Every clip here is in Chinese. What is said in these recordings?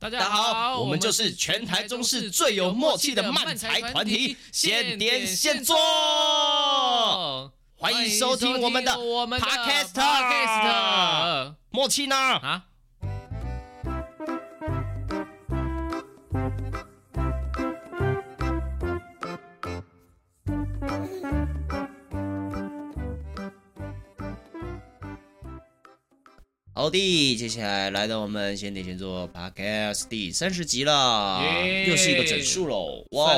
大家好，我们就是全台中市最有默契的漫才团体，现点现做。欢迎收听我们的 Podcast。默契呢？好的，接下来来到我们先点先做 Podcast 第30集了，又是一个整数喽！哇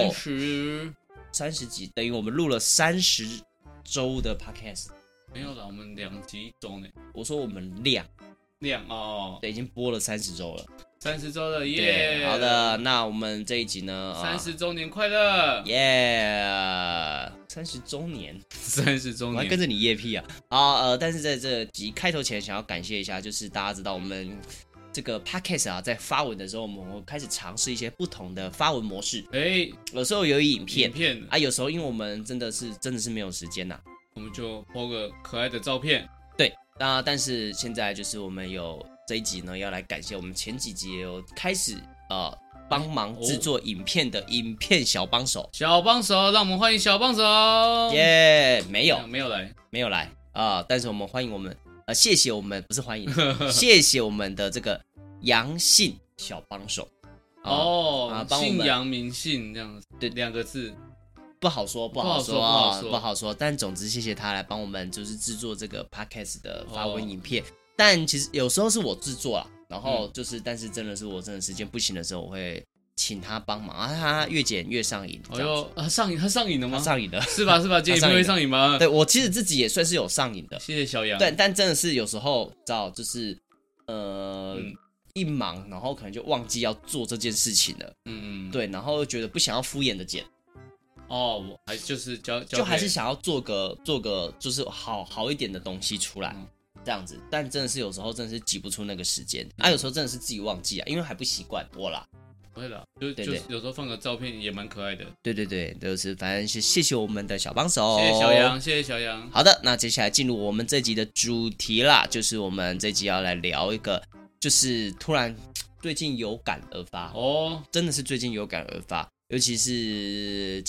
，30集等于我们录了30周的 Podcast。 没有啦，我们2集1周呢。 我说我们量哦， 对，已经播了30周了 ，30周了耶！好的，那我们这一集呢 ，30周年快乐耶！30周年 ，30周年， 我还跟着你业屁啊！好，但是在这集开头前，想要感谢一下，就是大家知道我们这个 podcast 啊，在发文的时候，我们会开始尝试一些不同的发文模式。有时候有影片啊，有时候因为我们真的是没有时间呐， 我们就 po 个可爱的照片。 对，但是现在就是我们有这一集呢，要来感谢我们前几集也有开始帮忙制作影片的影片小帮手， 让我们欢迎小帮手。 耶，没有来但是我们欢迎我们谢谢我们不是欢迎，谢谢我们的这个杨姓小帮手姓杨名姓这样子，对，2个字不好说，但总之谢谢他来帮我们就是制作这个 podcast 的发文影片。但其实有时候是我制作啦，然后就是，但是真的是我真的时间不行的时候，我会请他帮忙他越剪越上瘾。 他上瘾了吗？ 上瘾了， 是吧？剪影片会上瘾吗？ 对，我其实自己也算是有上瘾的。 谢谢小杨。 对，但真的是有时候知道，就是一忙，然后可能就忘记要做这件事情了。对，然后又觉得不想要敷衍的剪。 我还就是就还是想要做个就是好一点的东西出来。这样子，但真的是有时候真的是挤不出那个时间有时候真的是自己忘记因为还不习惯我啦。 不会啦，就有时候放个照片也蛮可爱的。对， 就是反正是谢谢我们的小帮手， 谢谢小杨。 好的，那接下来进入我们这集的主题啦，就是我们这集要来聊一个，就是突然最近有感而发真的是最近有感而发，尤其是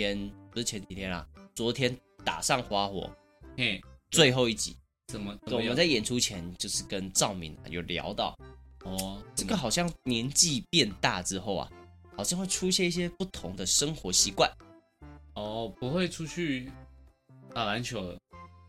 昨天打上花火，最后一集。我们在演出前就是跟兆敏有聊到这个好像年纪变大之后好像会出现一些不同的生活习惯不会出去打篮球了。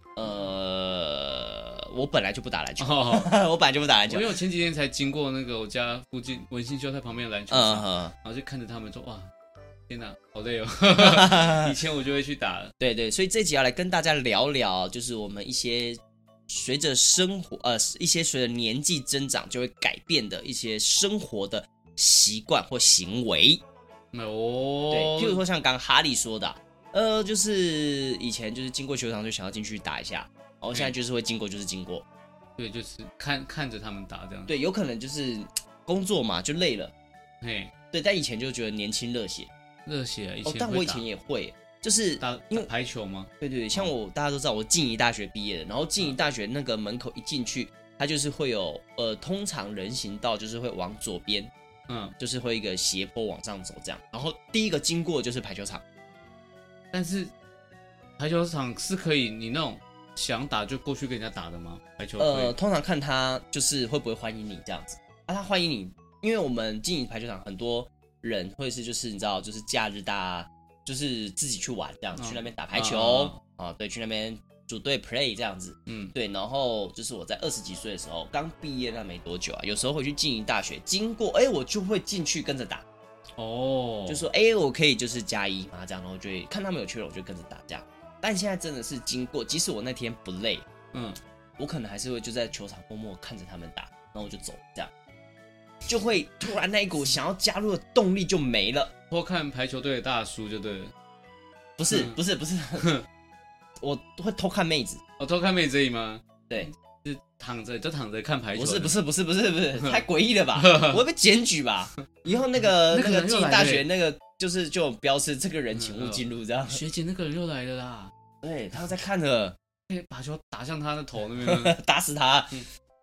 我本来就不打篮球我本来就不打篮球， 因为我前几天才经过那个我家附近文心秀泰旁边的篮球场然后就看着他们说哇天哪好累以前我就会去打了。 对，所以这集要来跟大家聊聊，就是我们一些随着生活一些随着年纪增长就会改变的一些生活的习惯或行为对，譬如说像刚刚哈利说的就是以前就是经过球场就想要进去打一下，然后现在就是会经过就是经过， 对，就是看着他们打这样。 对，有可能就是工作嘛就累了对，但以前就觉得年轻热血以前但我以前也会就是打排球吗？ 对，像大家都知道我静宜大学毕业的，然后静宜大学那个门口一进去，它就是会有通常人行道就是会往左边，就是会一个斜坡往上走这样，然后第一个经过就是排球场。 但是排球场是可以你那种想打就过去跟人家打的吗？排球通常看他就是会不会欢迎你这样子他欢迎你，因为我们静宜排球场很多人会是就是你知道就是假日大家就是自己去玩这样，去那边打排球对，去那边组队 play 这样子对，然后就是我在20几岁的时候刚毕业那没多久有时候会去静宜大学经过我就会进去跟着打就说我可以就是加1这样，然后就会看他们有缺人我就跟着打这样。但现在真的是经过，即使我那天不累我可能还是会就在球场默默看着他们打，然后我就走这样，就会突然那一股想要加入的动力就没了。 偷看排球队的大叔就对了。 不是我会偷看妹子。 偷看妹子而已吗？ 对， 是躺着看排球。 不是，太诡异了吧？我会被检举吧？以后那个进大学那个就有标示这个人请勿进入这样。 学姐那个人又来了啦。 对，他在看着， 把球打向他的头那边， 打死他。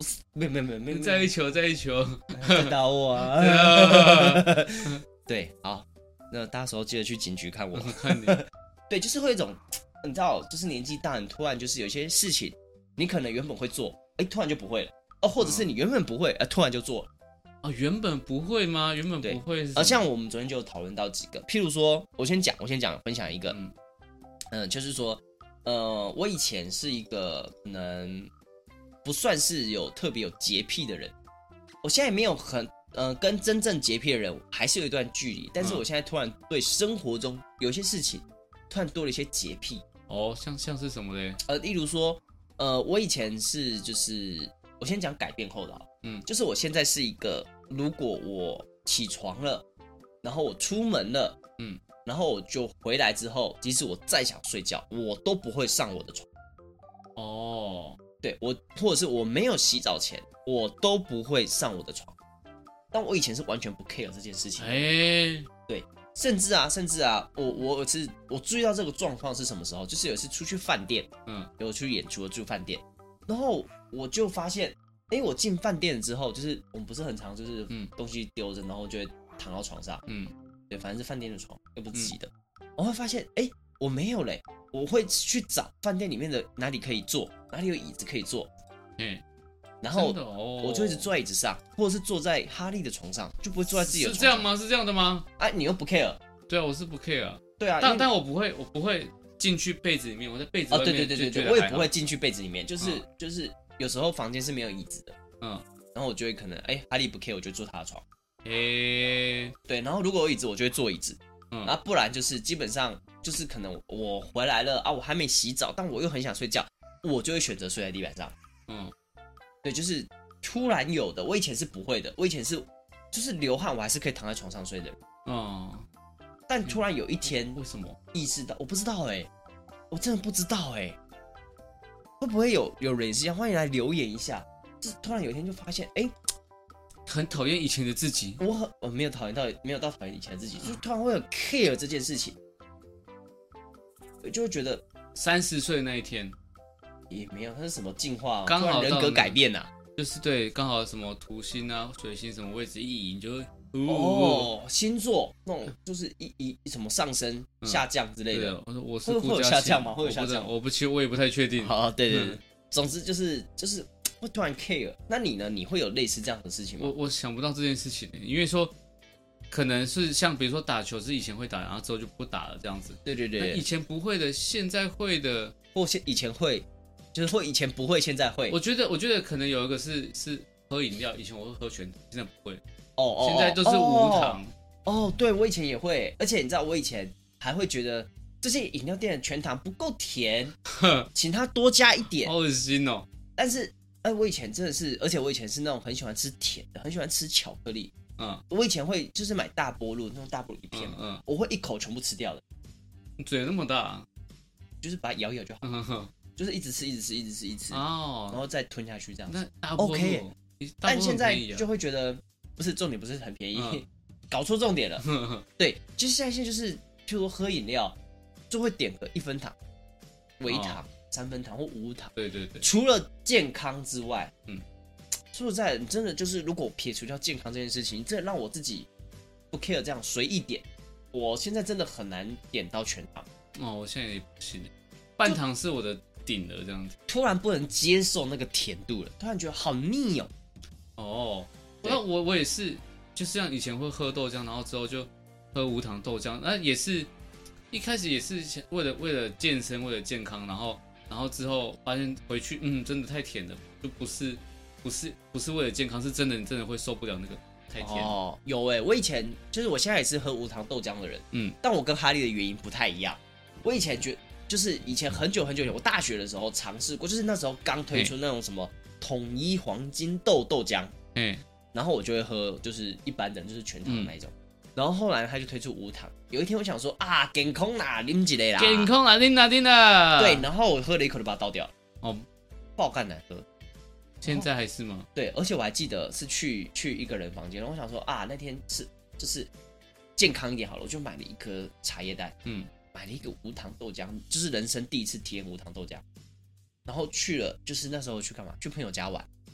没有， 再一球，再打我啊！对，好，那大家时候记得去警局看我。 看你。 对，就是会有一种，你知道，就是年纪大，你突然就是有些事情，你可能原本会做，突然就不会了，或者是你原本不会，突然就做了。 原本不会吗？原本不会是。 像我们昨天就有讨论到几个，譬如说，我先讲，分享一个，就是说，我以前是一个可能不算是特别有洁癖的人，我现在也没有跟真正洁癖的人还是有一段距离，但是我现在突然对生活中有一些事情突然多了一些洁癖。 像是什么嘞？ 例如说，我以前是就是我先讲改变后的，就是我现在是一个，如果我起床了，然后我出门了，然后我就回来之后，即使我再想睡觉，我都不会上我的床。对，或者是我没有洗澡前，我都不会上我的床。但我以前是完全不 care 这件事情。对，甚至啊，我注意到这个状况是什么时候？就是有一次出去饭店，有去演出住饭店，然后我就发现，我进饭店之后，就是我们不是很常就是东西丢着，然后就会躺到床上，对，反正是饭店的床，又不是自己的。我会发现，我没有嘞，我会去找饭店里面的哪里可以坐，哪里有椅子可以坐，然后我就一直坐在椅子上，或者是坐在哈利的床上，就不会坐在自己的床上。 是这样吗？是这样的吗？ 你又不 care？ 对啊，我是不 care 啊。 对啊， 但我不会进去被子里面，我在被子外面。 对，我也不会进去被子里面，就是有时候房间是没有椅子的，然后我就会可能哈利不 care，我就坐他的床。对，然后如果有椅子，我就会坐椅子。然后不然就是基本上就是可能我回来了我还没洗澡，但我又很想睡觉，我就会选择睡在地板上。对，就是突然有的，我以前是不会的，我以前是就是流汗我还是可以躺在床上睡的人。但突然有一天， 为什么意识到？我不知道我真的不知道会不会有人也是一样？欢迎来留言一下。就是突然有一天就发现， 很讨厌以前的自己。 我没有到讨厌以前的自己，就突然会有 care 这件事情，我就会觉得 30岁的那一天也没有，它是什么进化， 刚好人格改变就是对，刚好什么土星啊、水星什么位置一移，你就会星座那种就是一什么上升、下降之类的。 我是会有下降吗？会有下降？ 我也不太确定。 对，总之就是会突然 care。那你呢？你会有类似这样的事情吗？ 我想不到这件事情，因为说可能是像比如说打球是以前会打，然后之后就不打了这样子。 对， 以前不会的，现在会的， 或以前会。就是会以前不会，现在会。 我觉得可能有一个是喝饮料，以前我会喝全糖，现在不会。 现在都是无糖。 对，我以前也会，而且你知道，我以前还会觉得这些饮料店的全糖不够甜，请他多加一点。 好恶心哦！ 但是，我以前真的是，而且我以前是那种很喜欢吃甜的，很喜欢吃巧克力。我以前会就是买大波露那种大波露一片，我会一口全部吃掉的。 你嘴那么大， 就是把它咬一咬就好。就是一直吃，然后再吞下去这样子。 那 OK， 但现在就会觉得不是重点，不是很便宜，搞错重点了。对，就是现在就是，譬如说喝饮料，就会点个1分糖、微糖、3分糖或无糖。 对。 除了健康之外，说实在，真的就是，如果撇除掉健康这件事情，真的让我自己不 care 这样随意点，我现在真的很难点到全糖。 我现在也不行，半糖是我的顶了这样子， 突然不能接受那个甜度了，突然觉得好腻那我也是，就是像以前会喝豆浆，然后之后就喝无糖豆浆，那也是一开始也是为了健身，为了健康，然后之后发现回去真的太甜了，就不是为了健康，是真的会受不了那个太甜。 有我以前就是我现在也是喝无糖豆浆的人，但我跟哈利的原因不太一样。我以前就是以前很久前，我大学的时候尝试过，就是那时候刚推出那种什么统一黄金豆浆，然后我就会喝就是一般的，就是全糖的那一种。然后后来他就推出无糖。有一天我想说健康啦，啉一个啦， 健康啦，啉啦。 对，然后我喝了一口就把它倒掉了。爆干难喝。 现在还是吗？ 对，而且我还记得是去一个人房间，然后我想说那天是就是健康一点好了，我就买了一颗茶叶蛋，买了一个无糖豆浆，就是人生第一次体验无糖豆浆。然后去了，就是那时候去干嘛？去朋友家玩。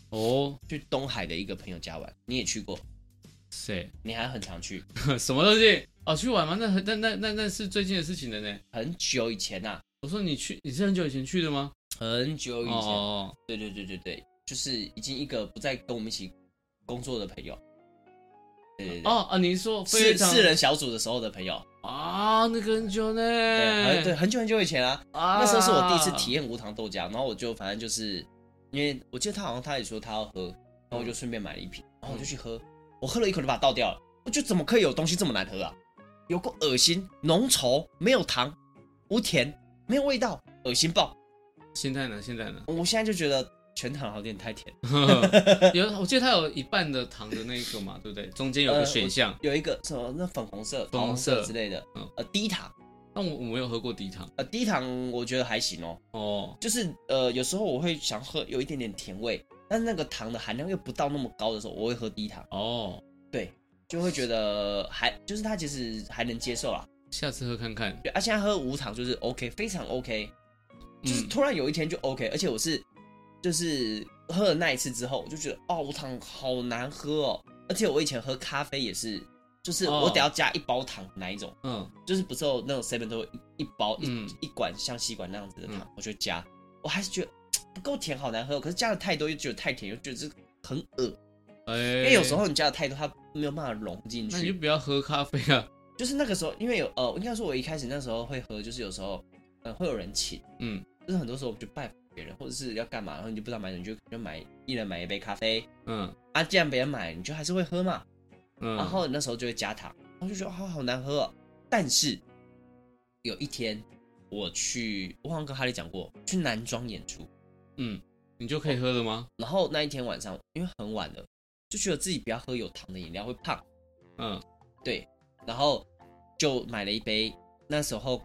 哦， 去东海的一个朋友家玩，你也去过？ 谁？ 你还很常去？ 什么东西？哦，去玩吗？那是最近的事情了呢。 很久以前呐、 我说你是很久以前去的吗？ 很久以前。 哦， 对，就是已经一个不再跟我们一起工作的朋友。对， 你说非常四人小组的时候的朋友啊，那个很久呢。 对，很久以前啊。 啊， 那时候是我第一次体验无糖豆浆，然后我就反正就是因为我记得他也说他要喝，然后我就顺便买了一瓶，然后我就去喝，我喝了一口就把它倒掉了。我觉得怎么可以有东西这么难喝啊？有够恶心，浓稠，没有糖，无甜，没有味道，恶心爆。 现在呢？ 我现在就觉得全糖有点太甜。 我记得它有一半的糖的那个嘛，对不对？中间有个选项， 有一个什么那粉红色、 粉红色之类的，低糖。 但我没有喝过低糖。 低糖我觉得还行哦。 哦， 就是有时候我会想喝有一点点甜味，但是那个糖的含量又不到那么高的时候，我会喝低糖。 哦， 对，就会觉得就是它其实还能接受啦。 下次喝看看。 对啊，现在喝无糖就是 OK， 非常 OK。就是突然有一天就 OK，而且我是就是喝了那一次之后，我就觉得无糖好难喝哦。而且我以前喝咖啡也是，就是我得要加一包糖哪一种，就是不是有那种 7 都有一包一管像吸管那样子的糖，我就加，我还是觉得不够甜，好难喝。可是加的太多又觉得太甜，又觉得这很恶，因为有时候你加的太多，它没有办法融进去。 那你就不要喝咖啡啊。 就是那个时候，因为应该说我一开始那时候会喝，就是有时候会有人请，就是很多时候我们就拜访别人，或者是要干嘛，然后你就不知道买什么，你就买一人买一杯咖啡，既然别人买，你就还是会喝嘛，然后那时候就会加糖，然后就觉得好难喝哦。但是有一天我好像跟哈利讲过，去男装演出， 你就可以喝了吗？ 然后那一天晚上因为很晚了，就觉得自己不要喝有糖的饮料会胖，对，然后就买了一杯，那时候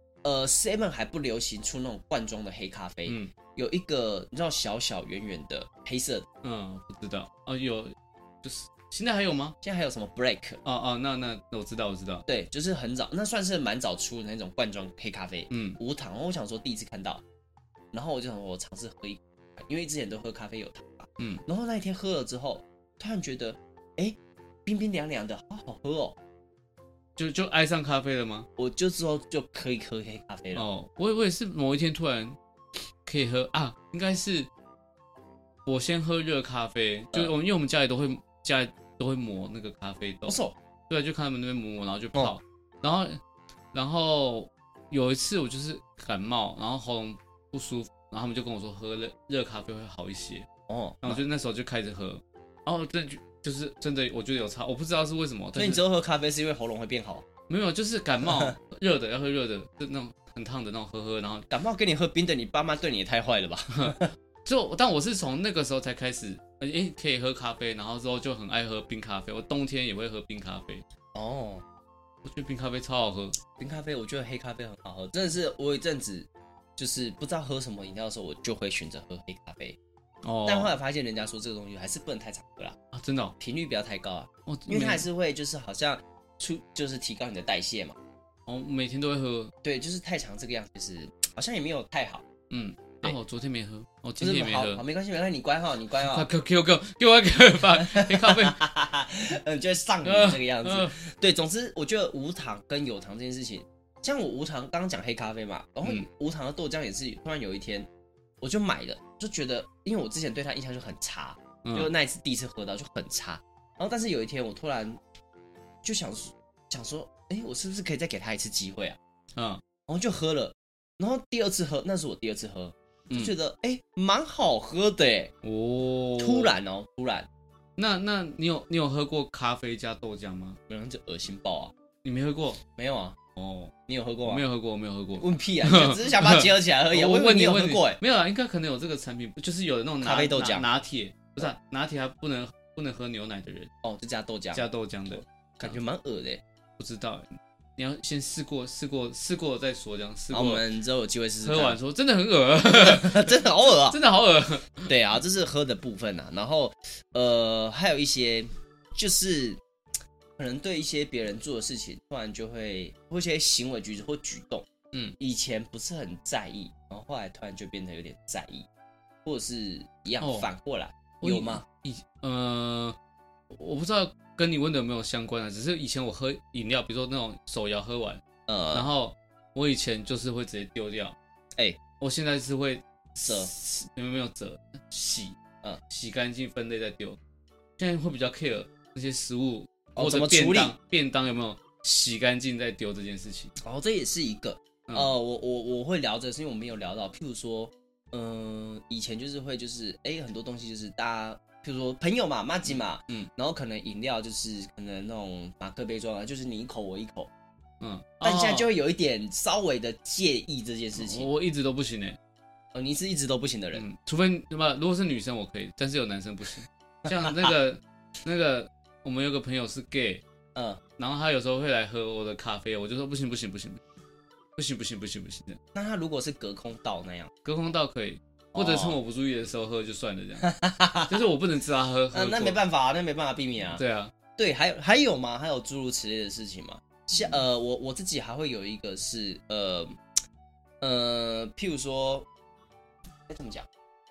7 还不流行出那种罐装的黑咖啡，有一个你知道小小圆圆的黑色的， 不知道有，就是现在还有吗？ 现在还有什么 Break？ 那我知道， 对，就是很早，那算是蛮早出的那种罐装黑咖啡，无糖。我想说第一次看到，然后我就想说我尝试喝一口，因为之前都喝咖啡有糖嘛，然后那一天喝了之后，突然觉得冰冰凉凉的，好好喝哦。 就爱上咖啡了吗？ 我就之后就可以喝黑咖啡了。 我也是某一天突然可以喝应该是我先喝热咖啡，就因为我们家里都会磨那个咖啡豆，对，就看他们那边磨，然后就泡，然后有一次我就是感冒，然后喉咙不舒服，然后他们就跟我说喝热咖啡会好一些，然后我就那时候就开始喝，然后就是真的，我觉得有差，我不知道是为什么。 所以你之后喝咖啡是因为喉咙会变好？ 没有，就是感冒热的要喝热的，就那种很烫的那种喝，然后感冒给你喝冰的，你爸妈对你也太坏了吧？ 但我是从那个时候才开始，可以喝咖啡，然后之后就很爱喝冰咖啡，我冬天也会喝冰咖啡。我觉得冰咖啡超好喝。 冰咖啡我觉得黑咖啡很好喝，真的是我有一阵子就是不知道喝什么饮料的时候，我就会选择喝黑咖啡。但后来发现人家说这个东西还是不能太常喝啦， 真的频率不要太高啊，因为它还是会就是好像就是提高你的代谢嘛。 每天都会喝。 对，就是太常这个样子，就是好像也没有太好。 我昨天没喝，我今天也没喝。 好，没关系，你乖哈，你乖哈。 给我把黑咖啡， 就会上瘾这个样子。对，总之我觉得无糖跟有糖这件事情，像我无糖刚刚讲黑咖啡嘛，然后无糖的豆浆也是突然有一天我就买了，就觉得因为我之前对它印象就很差，就那一次第一次喝到就很差，然后但是有一天我突然就想说，我是不是可以再给他一次机会啊？然后就喝了，然后第二次喝，那是我第二次喝，就觉得蛮好喝的突然， 那你有喝过咖啡加豆浆吗？ 不然就恶心爆啊！ 你没喝过？ 没有啊。你有喝过吗？ 没有喝过。 问屁啊！你只是想把它结合起来而已。我问你有喝过没有啊，应该可能有这个产品，就是有那种咖啡豆浆拿铁，不是拿铁，还不能喝牛奶的人， 就加豆浆的， 感觉蛮恶的。 不知道，你要先试过再说，这样试过。 我们之后有机会试试。 喝完说真的很恶， 真的好恶啊！ 真的好恶。 对啊，这是喝的部分啊，然后还有一些就是可能对一些别人做的事情，突然就会一些行为举止或举动，以前不是很在意，然后后来突然就变得有点在意，或者是一样反过来。 有吗？ 我不知道跟你问的有没有相关啊，只是以前我喝饮料，比如说那种手摇喝完，然后我以前就是会直接丢掉，我现在是会折， 没有折，洗干净分类再丢，现在会比较 care 那些食物或者便当有没有洗干净再丢这件事情。 这也是一个，我会聊这个，是因为我没有聊到，譬如说，以前就是会很多东西就是大家。譬如说朋友嘛，麻吉嘛，然后可能饮料就是可能那种马克杯装啊，就是你一口我一口，但现在就会有一点稍微的介意这件事情。 我一直都不行你是一直都不行的人， 除非如果是女生我可以，但是有男生不行。像那个我们有个朋友是 gay，然后他有时候会来喝我的咖啡，我就说不行， 那他如果是隔空倒那样， 隔空倒可以。或者趁我不注意的时候喝就算了，这样，就是我不能知道他喝那没办法，那没办法避免啊。 对啊， 对，还有吗？还有诸如此类的事情吗？像我自己还会有一个是譬如说，怎么讲？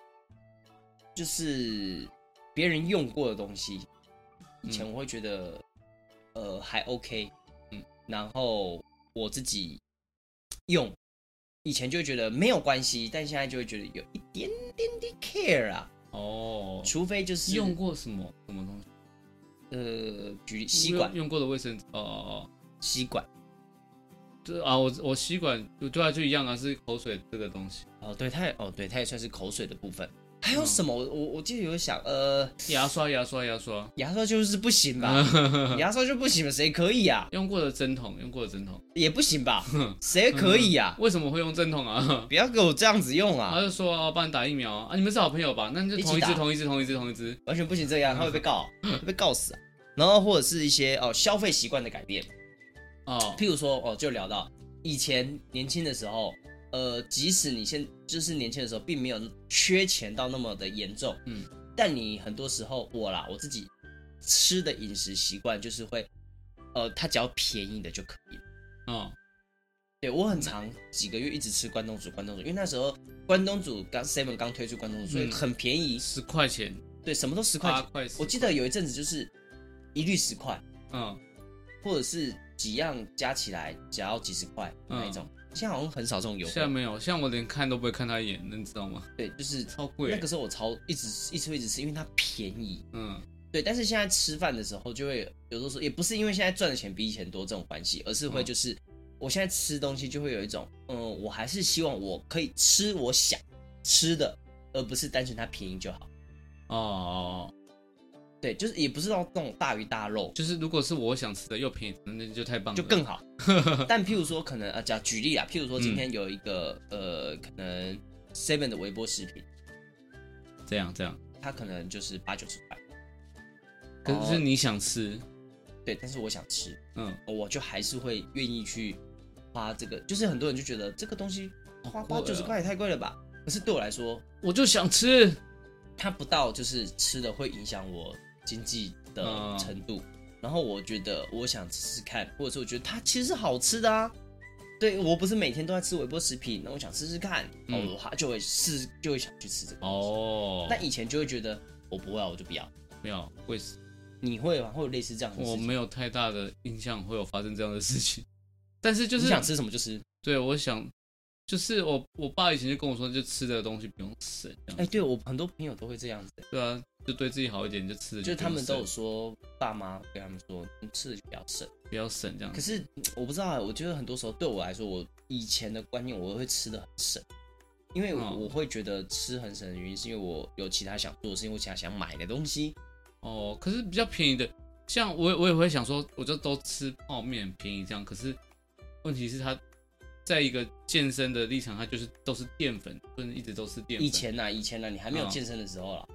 就是别人用过的东西，以前我会觉得还 OK，然后我自己用。以前就会觉得没有关系，但现在就会觉得有一点点的 care 啊。除非就是用过什么东西？举例吸管， 用过的卫生纸吸管。 对啊，我吸管对啊，就一样啊，是口水这个东西。 对，它也算是口水的部分。还有什么？我记得有想牙刷就是不行吧？牙刷就不行了，谁可以啊？ 用过的针筒也不行吧？谁可以啊？ 为什么会用针筒啊？ 不要给我这样子用啊！ 他就说帮你打疫苗啊，你们是好朋友吧？那就同一支， 完全不行这样，他会被告，会被告死啊！然后或者是一些消费习惯的改变譬如说就聊到以前年轻的时候。即使你就是年轻的时候，并没有缺钱到那么的严重，但你很多时候我自己吃的饮食习惯就是会，它只要便宜的就可以了。对，我很长几个月一直吃关东煮，因为那时候关东煮7刚推出关东煮，所以很便宜 ，10块钱。 对，什么都10块钱。8块10块。我记得有一阵子就是一律10块，或者是几样加起来只要几十块那一种。现在好像很少这种优惠， 现在没有，像我连看都不会看他一眼，你知道吗？ 对，就是超贵。 那个时候我一直吃，因为它便宜。对。但是现在吃饭的时候，就会有的时候也不是因为现在赚的钱比以前多这种关系，而是会就是我现在吃东西就会有一种我还是希望我可以吃我想吃的，而不是单纯它便宜就好。对，就是也不是那种大鱼大肉， 就是如果是我想吃的又便宜，那就太棒了， 就更好。但譬如说，可能举例啊，譬如说今天有一个可能 7的微波食品， 这样， 它可能就是80-90块， 可是你想吃， 对，但是我想吃，我就还是会愿意去花这个。就是很多人就觉得这个东西花90块也太贵了吧？可是对我来说， 我就想吃， 它不到就是吃的会影响我经济的程度，然后我觉得我想吃吃看，或者是我觉得它其实是好吃的啊。对，我不是每天都在吃微波食品，那我想吃吃看，就会想去吃这个但以前就会觉得我不会啊，我就不要， 会。 你会吗？会有类似这样的事情？ 我没有太大的印象会有发生这样的事情，但是就是你想吃什么就吃。对， 我想。就是我爸以前就跟我说，就吃的东西不用省。 对，我很多朋友都会这样子。 对啊，就对自己好一点，就吃的就他们都有说，爸妈跟他们说，你吃的就不要省这样。可是我不知道，我觉得很多时候对我来说，我以前的观念我会吃的很省，因为我会觉得吃很省的原因是因为我有其他想做的事情，我其他想买的东西。 可是比较便宜的，像我也会想说，我就都吃泡面便宜这样。可是问题是它。在一个健身的立场，它就是都是淀粉，不能一直都是淀粉。以前呢，你还没有健身的时候啦。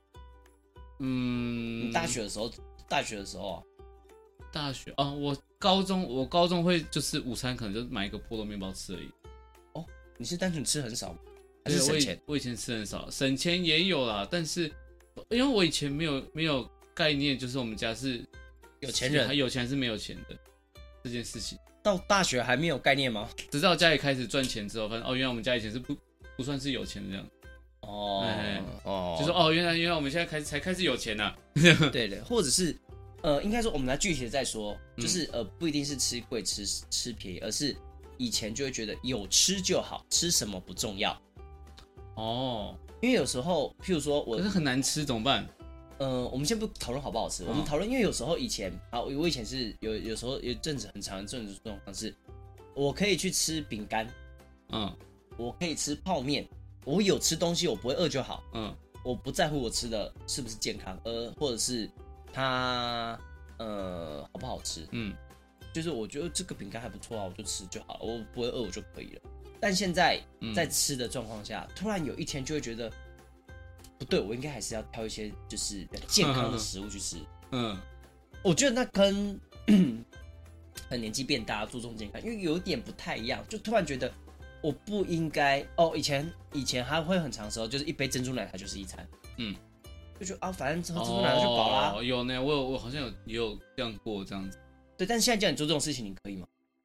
你大学的时候啊。我高中会就是午餐可能就买一个菠萝面包吃而已。 你是单纯吃很少吗？还是省钱？ 我以前吃很少，省钱也有啦，但是因为我以前没有概念，就是我们家是有钱人， 有钱还是没有钱的这件事情。 到大学还没有概念吗？ 直到家里开始赚钱之后，发现原来我们家以前是不算是有钱的这样。 就是原来我们现在才开始有钱呐、 对的，或者是应该说我们来具体的再说，就是不一定是吃贵吃便宜，而是以前就会觉得有吃就好，吃什么不重要。因为有时候譬如说可是很难吃怎么办？ 我们先不讨论好不好吃，我们讨论，因为有时候以前我以前是有时候有一阵子很长一阵子状况是，我可以去吃饼干，我可以吃泡面，我有吃东西，我不会饿就好，我不在乎我吃的是不是健康，或者是它好不好吃，就是我觉得这个饼干还不错啊，我就吃就好了，我不会饿我就可以了。但现在在吃的状况下，突然有一天就会觉得不对，我应该还是要挑一些就是比较健康的食物去吃。我觉得那跟年纪变大注重健康，因为有一点不太一样，就突然觉得我不应该以前还会很长的时候，就是一杯珍珠奶茶就是一餐，就觉得反正喝珍珠奶茶就饱啦。 有呢，我好像也有这样过这样子。 对，但是现在叫你做这种事情，你可以吗？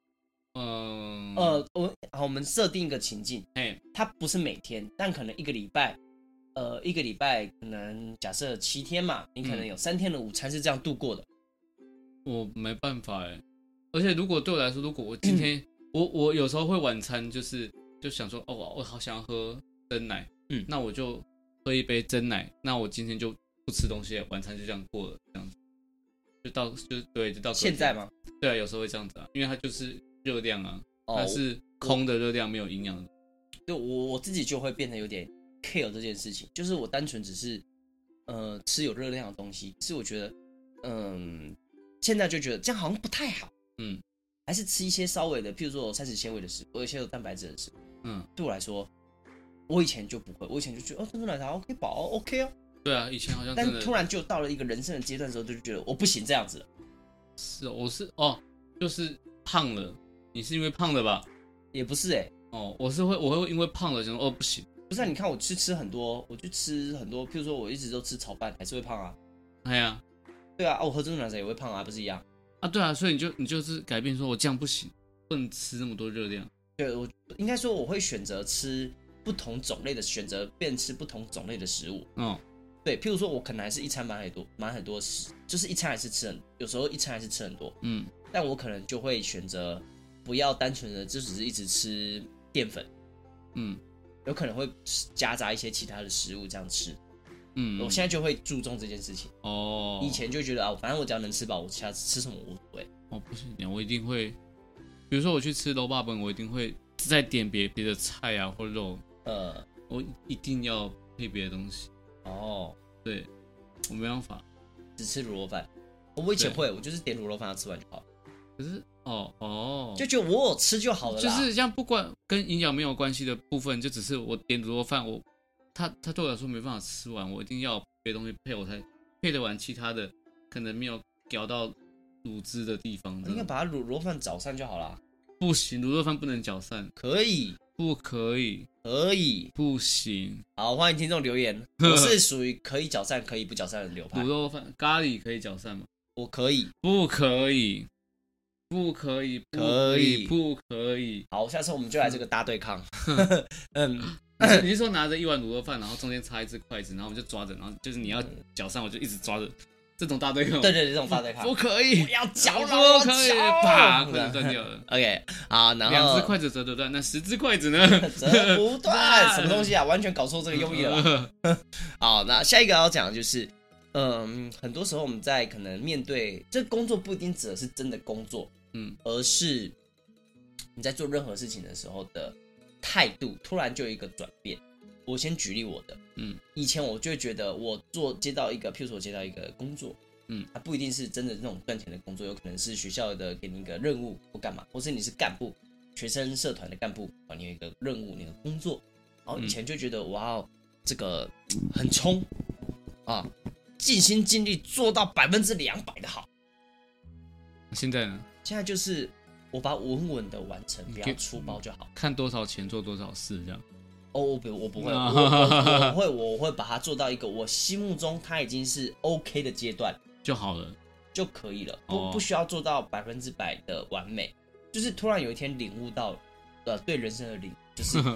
我们设定一个情境，它不是每天，但可能一个礼拜可能假设7天嘛，你可能有3天的午餐是这样度过的。 我没办法而且如果对我来说，如果我今天我有时候会晚餐就想说我好想要喝珍奶，那我就喝一杯珍奶，那我今天就不吃东西，晚餐就这样过了，这样子就到现在吗？ 对啊，有时候会这样子因为它就是热量它是空的热量，没有营养的。 对，我自己就会变得有点 care 这件事情，就是我单纯只是吃有热量的东西，是我觉得现在就觉得这样好像不太好，还是吃一些稍微的，譬如说有膳食纤维的食物，有一些有蛋白质的食物，对我来说，我以前就不会，我以前就觉得珍珠奶茶 OK 饱 OK 哦。 对啊，以前好像真的， 但突然就到了一个人生的阶段的时候，就觉得我不行这样子了。 是我是就是胖了，你是因为胖的吧？ 也不是我会因为胖了想说不行。 不是你看我去吃很多，譬如说我一直都吃炒饭，还是会胖啊。对啊，我喝珍珠奶茶也会胖啊，不是一样啊？对啊，所以你就是改变，说我这样不行，不能吃那么多热量。 对，我应该说我会选择吃不同种类的，选择变吃不同种类的食物。对，譬如说我可能还是一餐买很多就是一餐还是吃有时候一餐还是吃很多，但我可能就会选择不要单纯的就只是一直吃淀粉，有可能会夹杂一些其他的食物这样吃。我现在就会注重这件事情。以前就觉得反正我只要能吃饱，我下次吃什么无所谓。 不行，我一定会，比如说我去吃肉霸本，我一定会再点别的菜啊或肉，我一定要配别的东西。对，我没办法， 只吃卤肉饭。我以前会，我就是点卤肉饭，吃完就好。 可是就觉得我有吃就好了啦。 就是这样，不管跟营养没有关系的部分，就只是我点卤肉饭，他对我来说没办法吃完，我一定要别的东西配，我才配得完其他的可能没有咬到卤汁的地方。 应该把它卤肉饭搅散就好啦。 不行，卤肉饭不能搅散。 可以。 不可以？ 可以。 不行。 好，欢迎听众留言。我是属于可以搅散可以不搅散的流派。 卤肉饭咖喱可以搅散吗？ 我可以。 不可以。不可以。 可以。 不可以。 好，下次我们就来这个大对抗。 你是说拿着一碗卤肉饭，然后中间插一只筷子，然后我们就抓着，然后就是你要搅散，我就一直抓着，这种大对抗？ 对，这种大对抗。 不可以， 不要搅了， 不可以，啪，筷子断掉了。 OK， 好，然后 2只筷子折得断，那10只筷子呢？ 折不断，什么东西啊？完全搞错这个用意了吧。好，那下一个要讲的就是，很多时候我们在可能面对这工作，不一定指的是真的工作，而是你在做任何事情的时候的态度突然就有一个转变。我先举例我的，以前我就会觉得我接到一个，譬如说我接到一个工作，它不一定是真的那种赚钱的工作，有可能是学校的给你一个任务或干嘛，或是你是干部，学生社团的干部，你有一个任务，你有工作，然后以前就觉得哇，这个很冲啊，尽心尽力做到200%的好。 现在呢？ 现在就是我把稳稳的完成，不要出包就好。 看多少钱做多少事这样。 我不会，我会把它做到一个我心目中它已经是 OK 的阶段就好了， 就可以了，不需要做到100%的完美。就是突然有一天领悟到，对人生的就是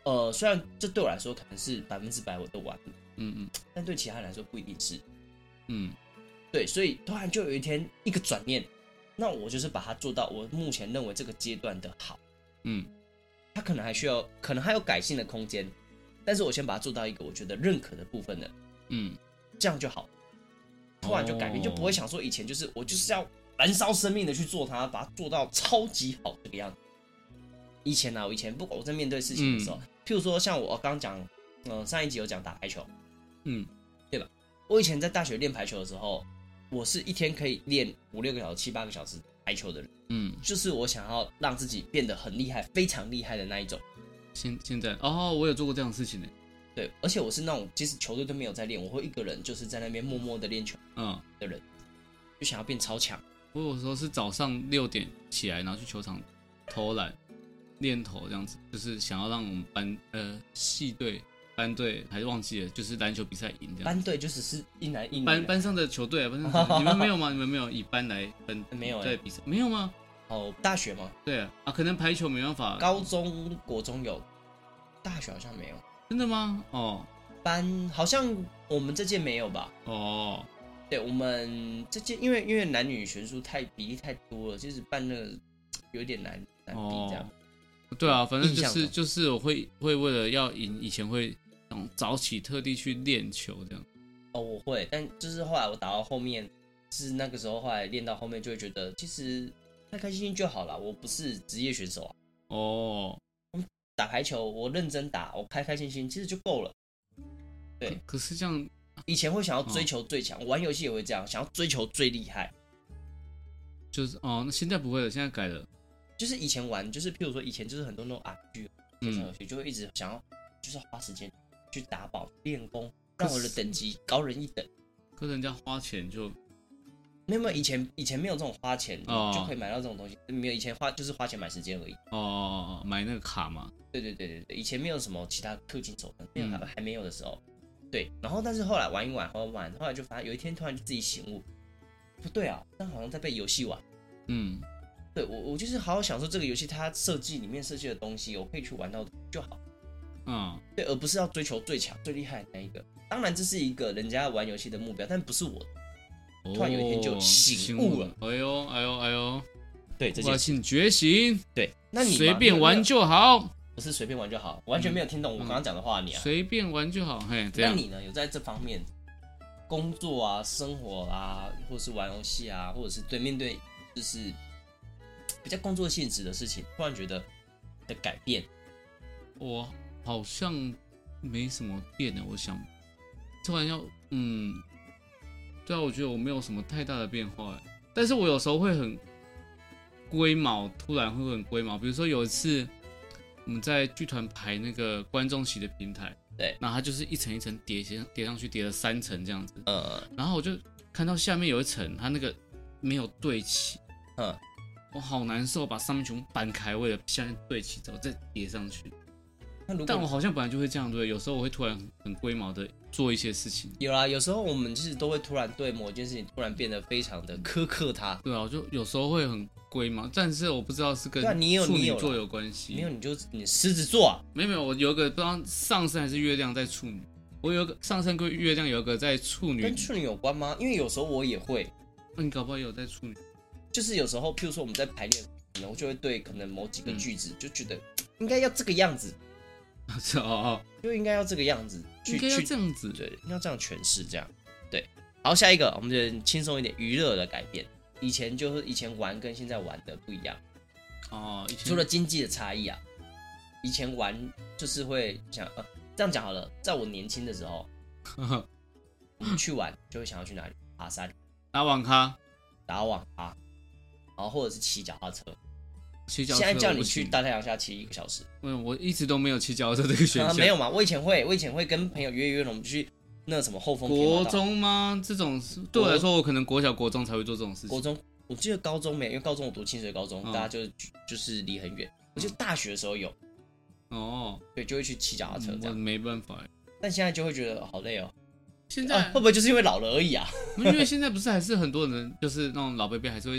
虽然这对我来说可能是100%我的完美，但对其他人来说不一定是，对，所以突然就有一天一个转念，那我就是把它做到我目前认为这个阶段的好，它可能还有改进的空间，但是我先把它做到一个我觉得认可的部分了，这样就好，突然就改变，就不会想说以前就是我就是要燃烧生命的去做它，把它做到超级好这个样子。以前不管我在面对事情的时候，譬如说像我刚刚讲，上一集有讲打排球，对吧？我以前在大学练排球的时候，我是一天可以练5-6个小时、7-8个小时排球的人，就是我想要让自己变得很厉害、非常厉害的那一种。 现在我有做过这样的事情呢。 对，而且我是那种即使球队都没有在练，我会一个人就是在那边默默的练球的人，就想要变超强。 我有时候是早上6点起来，然后去球场投篮练投这样子，就是想要让我们系队、班队还是忘记了，就是篮球比赛赢这样。 班队就只是一男一女。 班上的球队啊，你们没有吗？你们没有以班来分？ 没有在比赛没有吗？ 大学吗？ 对啊，可能排球没办法。 高中、国中有，大学好像没有。 真的吗？ 班好像我们这届没有吧？对，我们这届因为男女悬殊比例太多了，就是办那个有点难比这样。 对啊，反正就是我会为了要赢，以前会早起特地去练球这样。 我会，但就是后来我打到后面，是那个时候后来练到后面就会觉得，其实开开心心就好了。我不是职业选手啊。打排球我认真打，我开开心心其实就够了。对， 可是这样以前会想要追求最强，玩游戏也会这样，想要追求最厉害。 就是那现在不会了，现在改了。 就是以前玩，就是譬如说以前就是很多那种RPG游戏，就会一直想要就是花时间去打宝练功，让我的等级高人一等。 可是人家花钱就没有以前没有这种花钱就可以买到这种东西，没有以前就是花钱买时间而已。 买那个卡嘛。 对，以前没有什么其他氪金手段，还没有的时候，对。然后但是后来玩一玩，后来就发现有一天突然就自己醒悟，不对啊，但好像在被游戏玩。对，我就是好好享受这个游戏，它里面设计的东西，我可以去玩到就好。对，而不是要追求最强、最厉害的那一个。当然这是一个人家玩游戏的目标，但不是我的。突然有一天就醒悟了。 哎呦， 对，这件事觉醒。 对，那你随便玩就好。 不是随便玩就好，完全没有听懂我刚刚讲的话，你啊。 随便玩就好，嘿，这样。 那你呢？有在这方面工作啊、生活啊，或者是玩游戏啊，或者是面对就是比较工作性质的事情，突然觉得的改变？ 我好像没什么变的，我想突然要对啊，我觉得我没有什么太大的变化，但是我有时候会很龟毛，突然会很龟毛。比如说有一次我们在剧团排那个观众席的平台， 对， 然后它就是一层一层叠上去，叠了3层这样子，然后我就看到下面有一层，它那个没有对齐，我好难受，把上面全部搬开，为了下面对齐之后再叠上去。但我好像本来就会这样，对，有时候我会突然很龟毛的做一些事情。 有啦，有时候我们其实都会突然对某一件事情突然变得非常的苛刻它。 对啊，我就有时候会很龟毛，但是我不知道是跟处女座有关系。 没有，你狮子座啊？ 没有，我有一个不知道上升还是月亮在处女，我有个上升跟月亮有一个在处女。 跟处女有关吗？因为有时候我也会。 你搞不好也有在处女。 就是有时候，譬如说我们在排练，可能我就会对可能某几个句子就觉得应该要这个样子。就应该要这个样子， 应该要这样子， 对，要这样诠释，这样对。好，下一个，我们就轻松一点，娱乐的改变。以前玩跟现在玩的不一样除了经济的差异啊，以前玩就是会想这样讲好了，在我年轻的时候，我们去玩就会想要去哪里？爬山、 打网咖， 然后或者是骑脚踏车。 现在叫你去大太阳下骑1个小时， 我一直都没有骑脚踏车这个选项。 没有嘛？我以前会跟朋友约，我们去那什么后丰。 国中吗？这种对我来说，我可能国小、国中才会做这种事情。 国中，我记得高中没有，因为高中我读清水高中，大家就是离很远。我记得大学的时候有。对，就会去骑脚踏车这样。 没办法。 但现在就会觉得好累哦。 现在会不会就是因为老了而已啊？ 因为现在不是还是很多人就是那种老伯伯还是会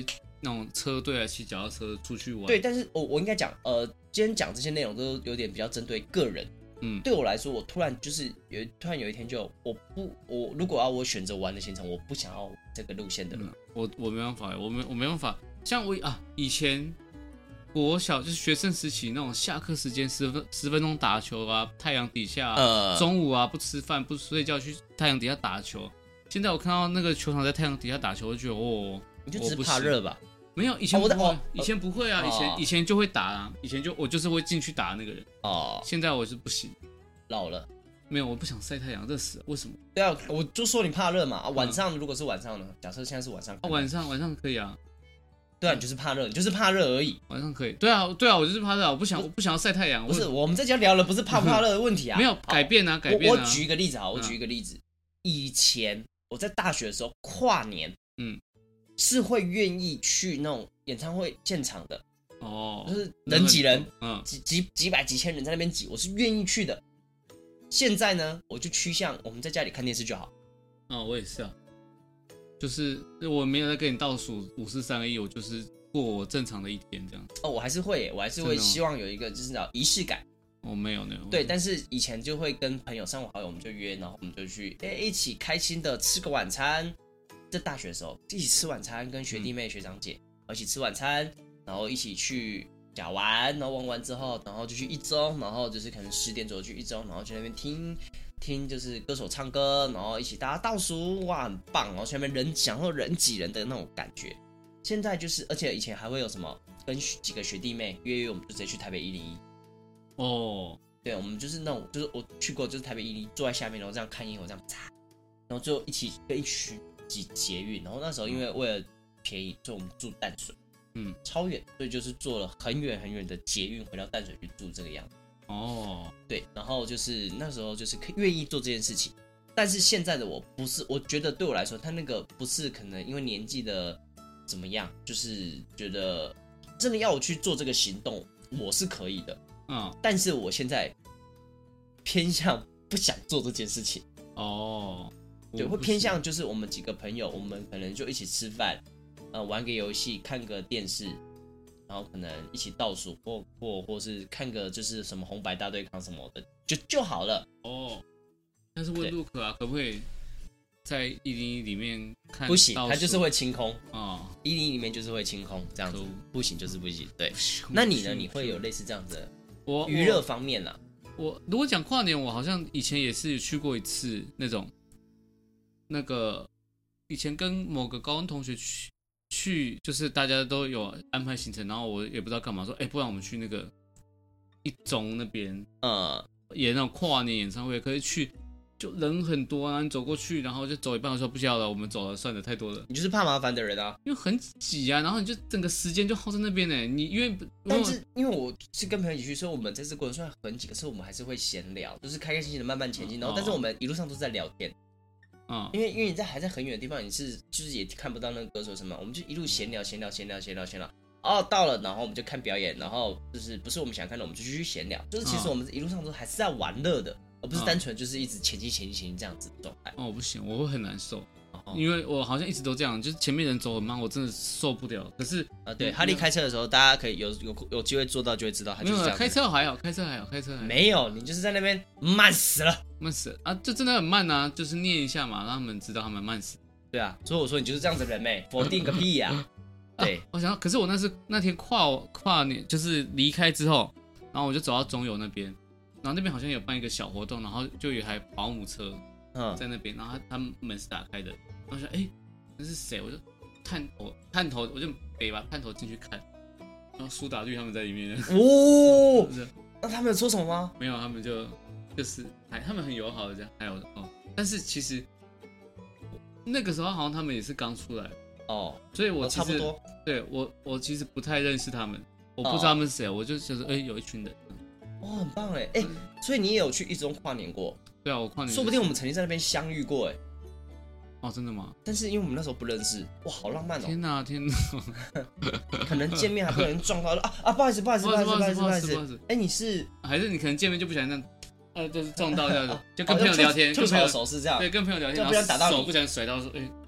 那种车队啊，骑脚踏车出去玩。 对，但是我应该讲，今天讲这些内容都有点比较针对个人。对我来说，我突然有一天就我如果要我选择玩的行程，我不想要这个路线的人。 我没办法，我没办法。像我以前国小就是学生时期那种下课时间10分钟打球啊，太阳底下中午啊不吃饭不睡觉去太阳底下打球。现在我看到那个球场在太阳底下打球，我就觉得你就只是怕热吧？ 没有，以前不会，以前不会啊，以前就会打啊，以前我就是会进去打那个人。现在我是不行， 老了。 没有，我不想晒太阳，热死了。为什么？ 对啊，我就说你怕热嘛。晚上如果是晚上呢？假设现在是晚上。 晚上可以啊。 对啊，你就是怕热，你就是怕热而已。 晚上可以。对啊，我就是怕热，我不想要晒太阳。 不是，我们在家聊的不是怕不怕热的问题啊。 没有改变啊，改变啊。 我举一个例子，我举一个例子。以前我在大学的时候，跨年，是会愿意去那种演唱会现场的。就是人挤人，几百几千人在那边挤，我是愿意去的。现在呢，我就趋向我们在家里看电视就好。 我也是啊，就是我没有在跟你倒数5、4、3、2、1，我就是过我正常的一天这样。 我还是会希望有一个就是仪式感。 没有。 对，但是以前就会跟朋友三五好友，我们就约，然后我们就去一起开心的吃个晚餐。在大学的时候，一起吃晚餐，跟学弟妹、学长姐一起吃晚餐，然后一起去甲玩，然后玩完之后，然后就去一中，然后就是可能10点左右去一中，然后去那边听就是歌手唱歌，然后一起大家倒数，哇，很棒，然后去那边享受人挤人的那种感觉。现在就是，而且以前还会有什么，跟几个学弟妹约，我们就直接去台北101。对，我们就是那种，就是我去过，就是台北101，坐在下面，然后这样看烟火，这样擦，然后最后一起跟一群挤捷运，然后那时候因为了便宜，所以我们住淡水。超远，所以就是坐了很远很远的捷运回到淡水去住这个样子。对，然后就是那时候就是愿意做这件事情，但是现在的我不是，我觉得对我来说，他那个不是可能因为年纪的怎么样，就是觉得真的要我去做这个行动，我是可以的。但是我现在偏向不想做这件事情。对，会偏向就是我们几个朋友，我们可能就一起吃饭。玩个游戏，看个电视，然后可能一起倒数，或是看个就是什么红白大对抗什么的，就好了。 但是问陆可啊，可不可以在101里面看？ 不行，它就是会清空。101里面就是会清空，这样子不行就是不行。对，那你呢？你会有类似这样子的娱乐方面啦？ 我如果讲跨年，我好像以前也是去过一次那个以前跟某个高中同学去，就是大家都有安排行程，然后我也不知道干嘛，说不然我们去那个一中那边，演那种跨年演唱会，可是去就人很多啊，你走过去，然后就走一半，我说不要了，我们走了，算了，太多了。 你就是怕麻烦的人啊， 因为很挤啊，然后你就整个时间就耗在那边呢。 但是因为我是跟朋友一起去，所以我们这次过程虽然很挤，可是我们还是会闲聊，就是开开心心的慢慢前进，然后但是我们一路上都是在聊天。因为你还在很远的地方，你就是也看不到那个歌手什么，我们就一路闲聊。到了，然后我们就看表演，然后就是不是我们想看的，我们就继续闲聊。就是其实我们一路上都还是在玩乐的，而不是单纯就是一直前进这样子的状态。 不行，我会很难受，因为我好像一直都这样，就是前面人走很慢，我真的受不了。可是对，哈利开车的时候，大家可以有机会做到，就会知道他就是这样。 开车还好， 没有，你就是在那边慢死了啊，就真的很慢啊，就是念一下嘛，让他们知道他们慢死。 对啊，所以我说你就是这样子的人妹，否定个屁呀！对， 我想，可是我那天跨年，就是离开之后，然后我就走到中友那边，然后那边好像有办一个小活动，然后就有一台保姆车在那边，然后他门是打开的，然后我说那是谁？我就探头，我就探头进去看，然后苏打绿他们在里面。 那他们有说什么吗？ 没有，他们就是他们很友好的这样，还有但是其实那个时候好像他们也是刚出来所以我其实差不多。 对我其实不太认识他们，我不知道他们是谁，我就觉得有一群人。 很棒所以你也有去一中跨年过？ 对啊，我跨年， 说不定我们曾经在那边相遇过真的吗？ 但是因为我们那时候不认识，哇，好浪漫天哪！ 可能见面还不小心撞到了不好意思，你是还是你可能见面就不小心这样，就是撞到这样子，就跟朋友聊天， 就手是这样， 对，跟朋友聊天， 就不小心打到你， 手不小心甩到说干嘛？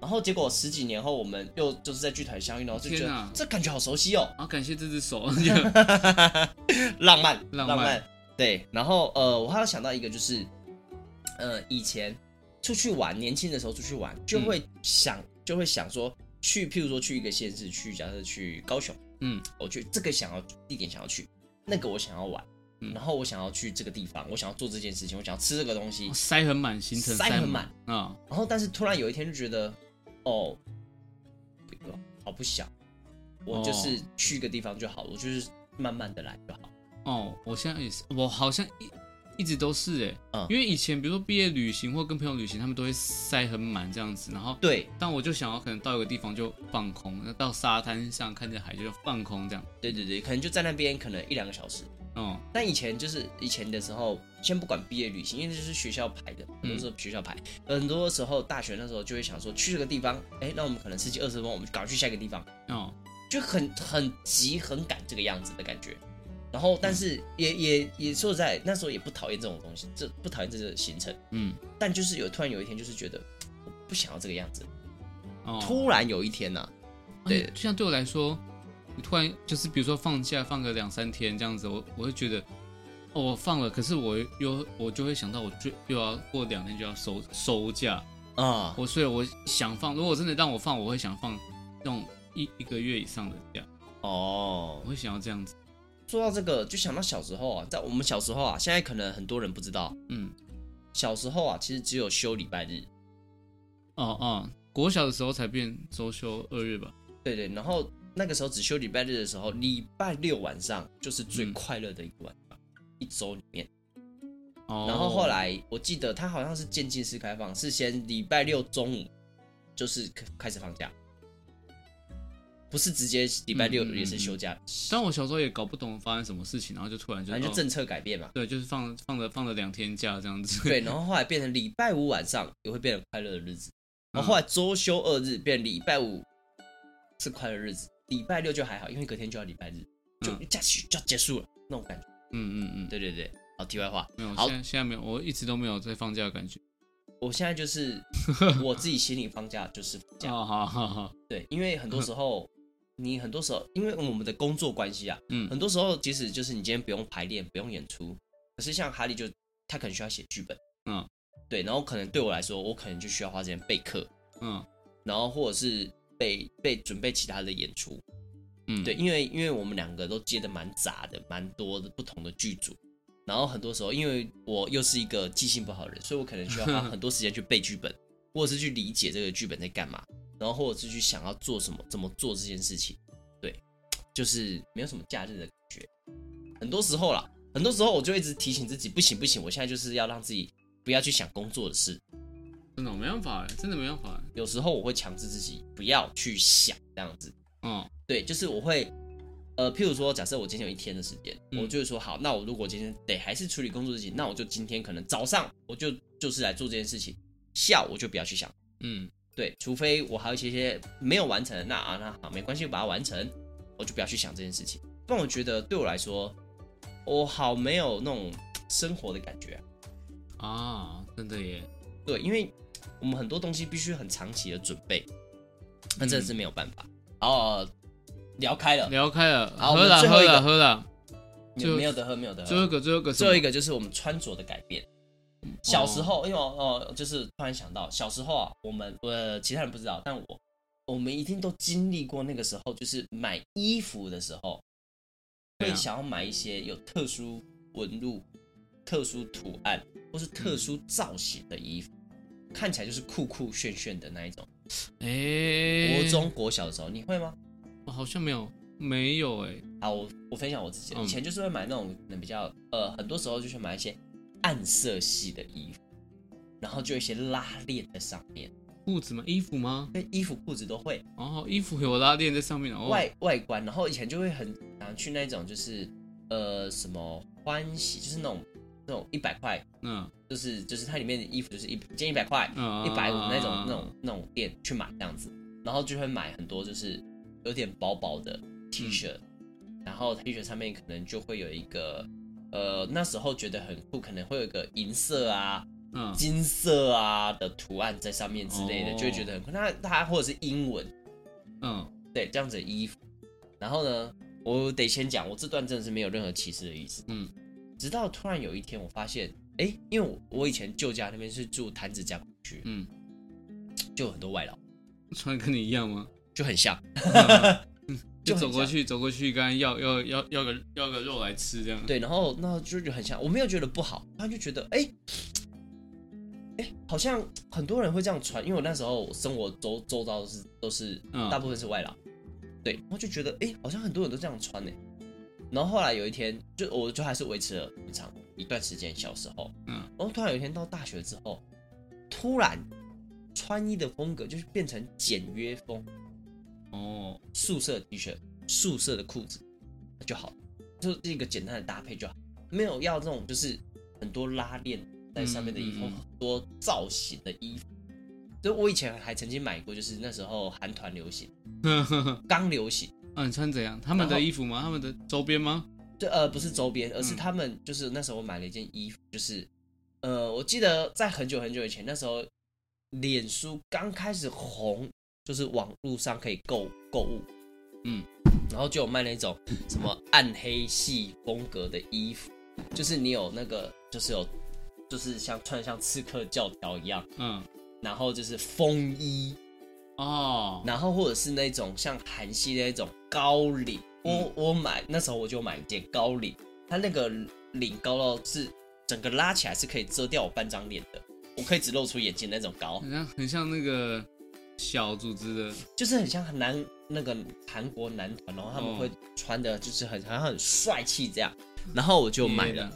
然后结果10几年后，我们又就是在剧团相遇，然后就觉得这感觉好熟悉哦。 啊，感谢这只手， 浪漫。对，然后我还有想到一个，就是以前出去玩，年轻的时候出去玩，就会想说譬如说去一个县市，假设去高雄，我觉得这个地点想要去，那个我想要玩。然后我想要去这个地方，我想要做这件事情，我想要吃这个东西， 塞很满，行程塞很满啊。然后但是突然有一天就觉得，好不想，我就是去一个地方就好了，我就是慢慢的来就好。 我现在也是，我好像一直都是因为以前比如说毕业旅行或跟朋友旅行，他们都会塞很满这样子，然后对， 但我就想要可能到一个地方就放空，到沙滩上看着海就放空这样。 对，可能就在那边可能1-2个小时。但以前的时候，先不管毕业旅行，因为这是学校排的，很多时候学校排，很多时候大学那时候就会想说去这个地方，那我们可能10几20分钟，我们赶快去下一个地方，就很急很赶这个样子的感觉。然后但是也说实在，那时候也不讨厌这种东西，不讨厌这个行程，但就是突然有一天就是觉得我不想要这个样子，突然有一天呢，对， 就像对我来说。你突然就是比如说放假放个2-3天这样子，我会觉得我放了，可是我就会想到我又要过2天就要收假啊，所以我想放，如果真的让我放，我会想放那种一个月以上的假我会想要这样子。 说到这个，就想到小时候啊，在我们小时候啊，现在可能很多人不知道，小时候啊，其实只有休礼拜日。 国小的时候才变周休2日吧？ 对，然后。那个时候只休礼拜日的时候，礼拜6晚上就是最快乐的一个晚上，一周里面。然后后来我记得他好像是渐进式开放，是先礼拜6中午就是开始放假，不是直接礼拜6也是休假。 但我小时候也搞不懂发生什么事情，然后就突然就政策改变嘛。 对，就是放了2天假这样子。 对，然后后来变成礼拜5晚上也会变成快乐的日子，然后后来周休2日变成礼拜5是快乐日子。礼拜6就还好，因为隔天就要礼拜日，就假期就要结束了那种感觉。对。好，题外话， 没有，现在没有，我一直都没有在放假的感觉。 我现在就是我自己心里放假就是放假。 好。对， 因为很多时候，因为我们的工作关系啊，很多时候即使就是你今天不用排练，不用演出，可是像哈利他可能需要写剧本，对，然后可能对我来说，我可能就需要花时间备课，然后或者是。准备其他的演出，对，因为我们2个都接的蛮杂的，蛮多的不同的剧组，然后很多时候因为我又是一个记性不好的人，所以我可能需要花很多时间去背剧本，或者是去理解这个剧本在干嘛，然后或者是去想要做什么，怎么做这件事情，对，就是没有什么假日的感觉。很多时候我就一直提醒自己，不行，我现在就是要让自己不要去想工作的事。 真的没办法，真的没办法。 有时候我会强制自己不要去想这样子。对，就是我会，譬如说，假设我今天有1天的时间，我就会说好，那我如果今天得还是处理工作事情，那我就今天可能早上我就是来做这件事情，下午我就不要去想。对，除非我还有一些没有完成的，那好，没关系，我把它完成，我就不要去想这件事情。不然我觉得对我来说，我好没有那种生活的感觉啊，真的耶。 对，因为我们很多东西必须很长期的准备，那真的是没有办法。聊开了， 好，喝了， 没有得喝。 最后一个就是我们穿着的改变。小时候，因为就是突然想到，小时候啊，其他人不知道，但我们一定都经历过那个时候，就是买衣服的时候，会想要买一些有特殊纹路、特殊图案或是特殊造型的衣服，看起来就是酷酷炫炫的那一种。国中国小的时候，你会吗？ 我好像没有好，我分享我自己的，以前就是会买那种可能比较很多时候就是买一些暗色系的衣服，然后就有一些拉链在上面。 裤子吗？衣服吗？ 对，衣服裤子都会。 衣服有拉链在上面外观，然后以前就会很想去那种就是什么欢喜，就是那种100块，就是它里面的衣服就是一件100块，150那种店去买这样子，然后就会买很多就是有点薄薄的 T 恤，然后 T 恤上面可能就会有一个那时候觉得很酷，可能会有一个银色啊， 金色啊的图案在上面之类的，就会觉得很酷。它或者是英文，对，这样子的衣服。然后呢，我得先讲，我这段真的是没有任何歧视的意思。直到突然有一天，我发现，因为我以前旧家那边是住潭子加工区，就有很多外劳， 穿跟你一样吗？ 就很像， 就走过去，刚刚要个肉来吃这样。 对，然后就觉得很像，我没有觉得不好，他就觉得好像很多人会这样穿，因为我那时候生活周遭都是大部分是外劳，对，然后就觉得好像很多人都这样穿呢。然后后来有一天，我就还是维持了很长一段时间，小时候，然后突然有一天到大学之后，突然穿衣的风格就是变成简约风，素色的 T 恤、素色的裤子就好，就是一个简单的搭配就好，没有要这种就是很多拉链在上面的衣服，很多造型的衣服。就我以前还曾经买过，就是那时候韩团流行，刚流行。 你穿怎样？他们的衣服吗？他们的周边吗？ 不是周边，而是他们就是那时候我买了一件衣服，就是我记得在很久很久以前，那时候脸书刚开始红，就是网络上可以购物，然后就有卖那种什么暗黑系风格的衣服，就是你有那个就是穿得像刺客教条一样，然后就是风衣。然后或者是那种像韩系的那种高领，我买那时候我就买一件高领，它那个领高到是整个拉起来是可以遮掉我半张脸的，我可以只露出眼睛那种高， 很像那个小组织的， 就是很像那个韩国男团，然后他们会穿的就是好像很帅气这样，然后我就买了，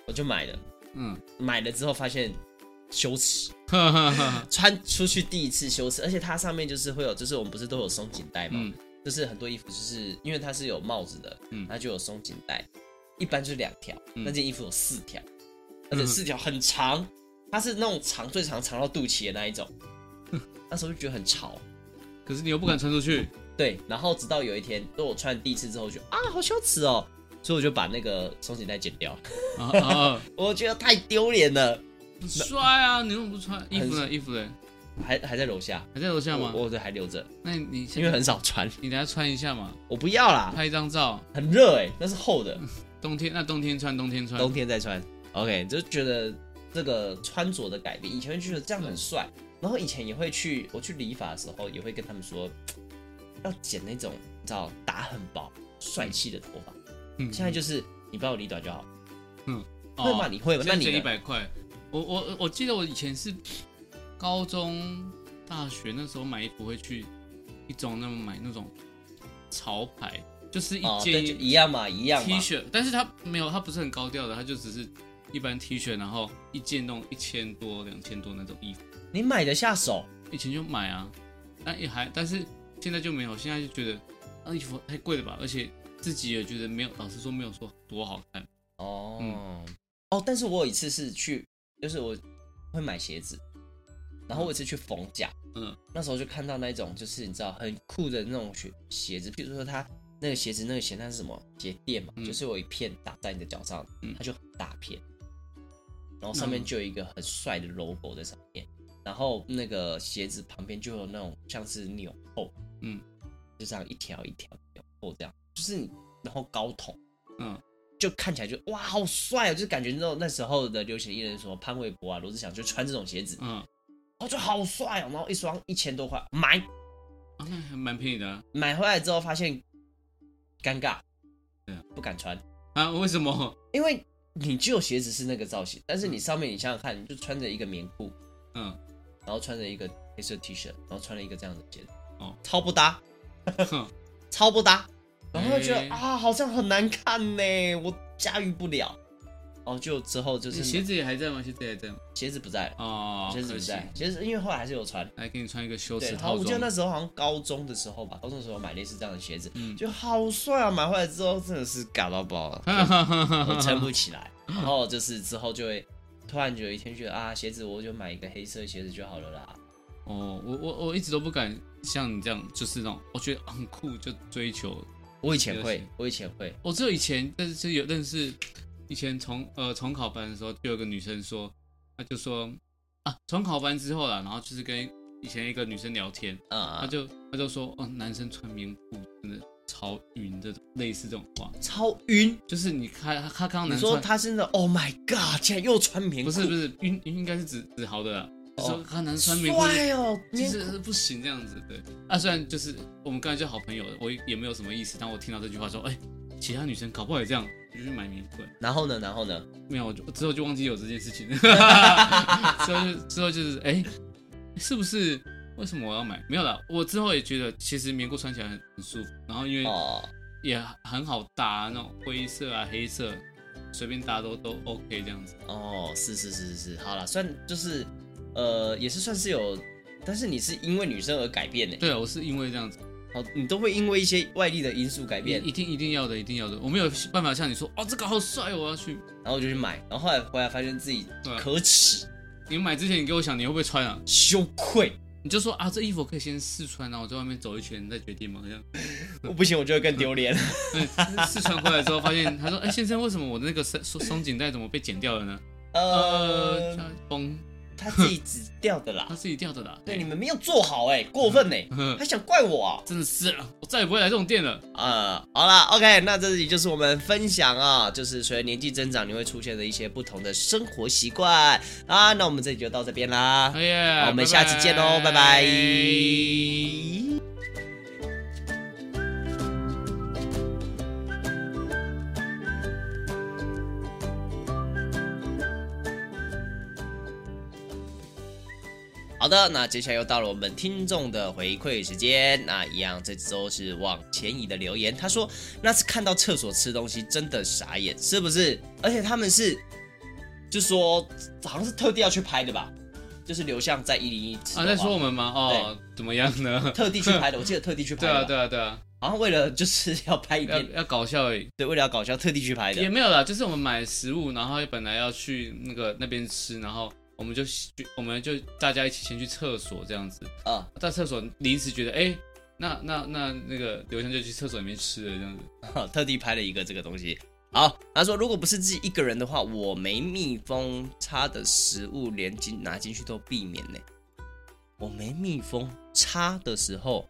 买了之后发现羞耻，穿出去第一次羞耻，而且它上面就是会有，就是我们不是都有松紧带吗？就是很多衣服就是因为它是有帽子的，它就有松紧带，一般就是2条，那件衣服有4条，而且4条很长，它是那种最长到肚脐的那一种，那时候就觉得很潮， 可是你又不敢穿出去， 对，然后直到有一天，当我穿第一次之后，就好羞耻哦，所以我就把那个松紧带剪掉，我觉得太丢脸了。 帅啊！你怎么不穿衣服呢？衣服呢？ 还在楼下， 还在楼下吗？ 我还留着。 那你因为很少穿， 你等下穿一下嘛。 我不要啦， 拍一张照。 很热那是厚的。 冬天穿，冬天再穿。OK， 就觉得这个穿着的改变，以前会觉得这样很帅，然后以前也会我去理发的时候也会跟他们说，要剪那种你知道打很薄、帅气的头发。现在就是你帮我理短就好。会吗？你会吗？那你 100块。我记得我以前是高中、大学那时候买衣服会去一种买那种潮牌，就是一件一样嘛 T 恤，但是它不是很高调的，它就只是一般 T 恤，然后一件那种1000多、2000多那种衣服。 你买得下手？ 以前就买啊，但是现在就没有，现在就觉得那衣服太贵了吧，而且自己也觉得没有，老实说没有说多好看。 但是我有一次是就是我会买鞋子，然后我有一次去逢甲，那时候就看到那种就是你知道很酷的那种鞋子，比如说它那个鞋子那个鞋它是什么鞋垫嘛，就是有一片打在你的脚上，它就很大片，然后上面就有一个很帅的 logo 在上面，然后那个鞋子旁边就有那种像是纽扣，就这样一条一条纽扣这样，就是然后高筒，就看起来就哇好帅就是感觉那时候的流行艺人，什么潘玮柏啊、罗志祥就穿这种鞋子，然后就好帅然后一双1000多块买， 那还蛮便宜的。 买回来之后发现尴尬，不敢穿为什么？ 因为你只有鞋子是那个造型，但是你上面你想想看，你就穿着一个棉裤，然后穿着一个黑色 T 恤，然后穿了一个这样的鞋子，超不搭，超不搭。然后觉得好像很难看呢，我驾驭不了。就之后就是鞋子也还在吗？鞋子还在吗？ 鞋子不在鞋子不在，鞋子因为后来还是有穿， 还给你穿一个羞耻套装。 我记得那时候好像高中的时候吧，高中的时候买类似这样的鞋子，就好帅啊！买回来之后真的是嘎到爆了，我撑不起来。然后就是之后就会突然有一天觉得鞋子我就买一个黑色鞋子就好了啦。 我一直都不敢像你这样，就是那种我觉得很酷就追求。 我以前会， 我只有以前，但是有认识以前重考班的时候，就有个女生说， 他就说啊，重考完之后啦，然后就是跟以前一个女生聊天，他就说哦，男生穿棉裤真的超晕的，类似这种话。 超晕， 就是他刚你说他真的 ，Oh my God， 竟然又穿棉裤？ 不是晕应该是指好的啦。就说看男生穿棉裤， 帅哦， 就是不行这样子，对啊。虽然就是我们刚才就好朋友，我也没有什么意思，但我听到这句话说，其他女生搞不好也这样，就去买棉裤。 然后呢？ 没有，我之后就忘记有这件事情。之后就是是不是？为什么我要买？没有啦，我之后也觉得其实棉裤穿起来很舒服，然后因为也很好搭，那种灰色啊、黑色，随便搭都 OK 这样子。 哦，是，好啦，算就是也是算是有，但是你是因为女生而改变呢？ 对啊，我是因为这样子。 好，你都会因为一些外力的因素改变， 一定要的。我没有办法像你说，这个好帅，我要去， 然后我就去买，然后后来回来发现自己可耻。 你买之前你给我想你会不会穿啊？ 羞愧。 你就说这衣服可以先试穿，然后我在外面走一圈再决定吗？这样我不行，我就会更丢脸。 试穿回来之后发现，他说：“先生，为什么我的那个松紧带怎么被剪掉了呢？”崩。 他自己指掉的啦， 他自己掉的啦。 对，你们没有做好过分还想怪我啊？ 真的是我再也不会来这种店了。 好啦 OK， 那这里就是我们分享啊，就是随着年纪增长，你会出现的一些不同的生活习惯啊。那我们这里就到这边啦，好，我们下期见喽，拜拜。好的，那接下来又到了我们听众的回馈时间。那一样，这周是往前移的留言，他说那次看到厕所吃东西真的傻眼，是不是？而且他们是就说好像是特地要去拍的吧，就是刘向在101吃在说我们吗？怎么样呢？ 特地去拍的，我记得特地去拍的。 对啊。 好像为了就是要拍一遍， 要搞笑而已。 对，为了要搞笑，特地去拍的。 也没有啦，就是我们买食物，然后本来要去那边吃，然后我们就大家一起先去厕所这样子在厕所临时觉得那个刘翔就去厕所里面吃了这样子， 特地拍了一个这个东西。好，他说如果不是自己一个人的话，我没密封插的食物连拿进去都避免呢。我没密封插的时候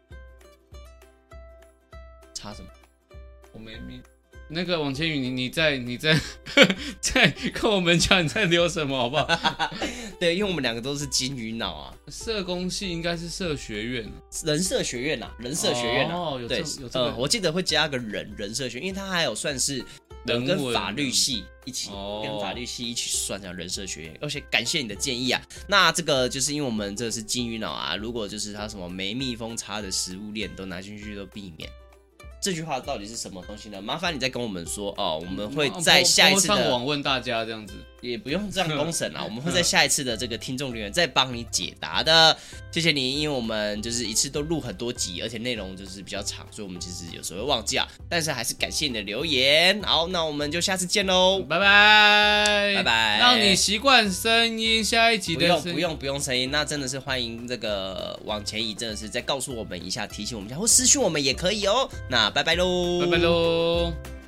插什么？ 我没密。那个王千宇，你在跟我们讲你在留什么好不好？ 对，因为我们两个都是金鱼脑啊。 社工系应该是社学院， 人社学院啊，人社学院啊。 有对， 这个我记得会加个人社学院，因为它还有算是跟法律系一起，跟法律系一起算上人社学院。而且感谢你的建议啊。那这个就是因为我们这是金鱼脑啊，如果就是它什么没密封插的食物链都拿进去都避免。这句话到底是什么东西呢？麻烦你再跟我们说我们会在下一次的上网问大家这样子， 也不用这样公审啊，我们会在下一次的这个听众留言再帮你解答的。谢谢你，因为我们就是一次都录很多集，而且内容就是比较长，所以我们其实有时候会忘记啊，但是还是感谢你的留言。好，那我们就下次见喽， 拜拜， 拜拜。 让你习惯声音，下一集的不用声音，那真的是欢迎这个往前移，真的是再告诉我们一下，提醒我们一下，或私讯我们也可以哦。那拜拜喽， 拜拜喽。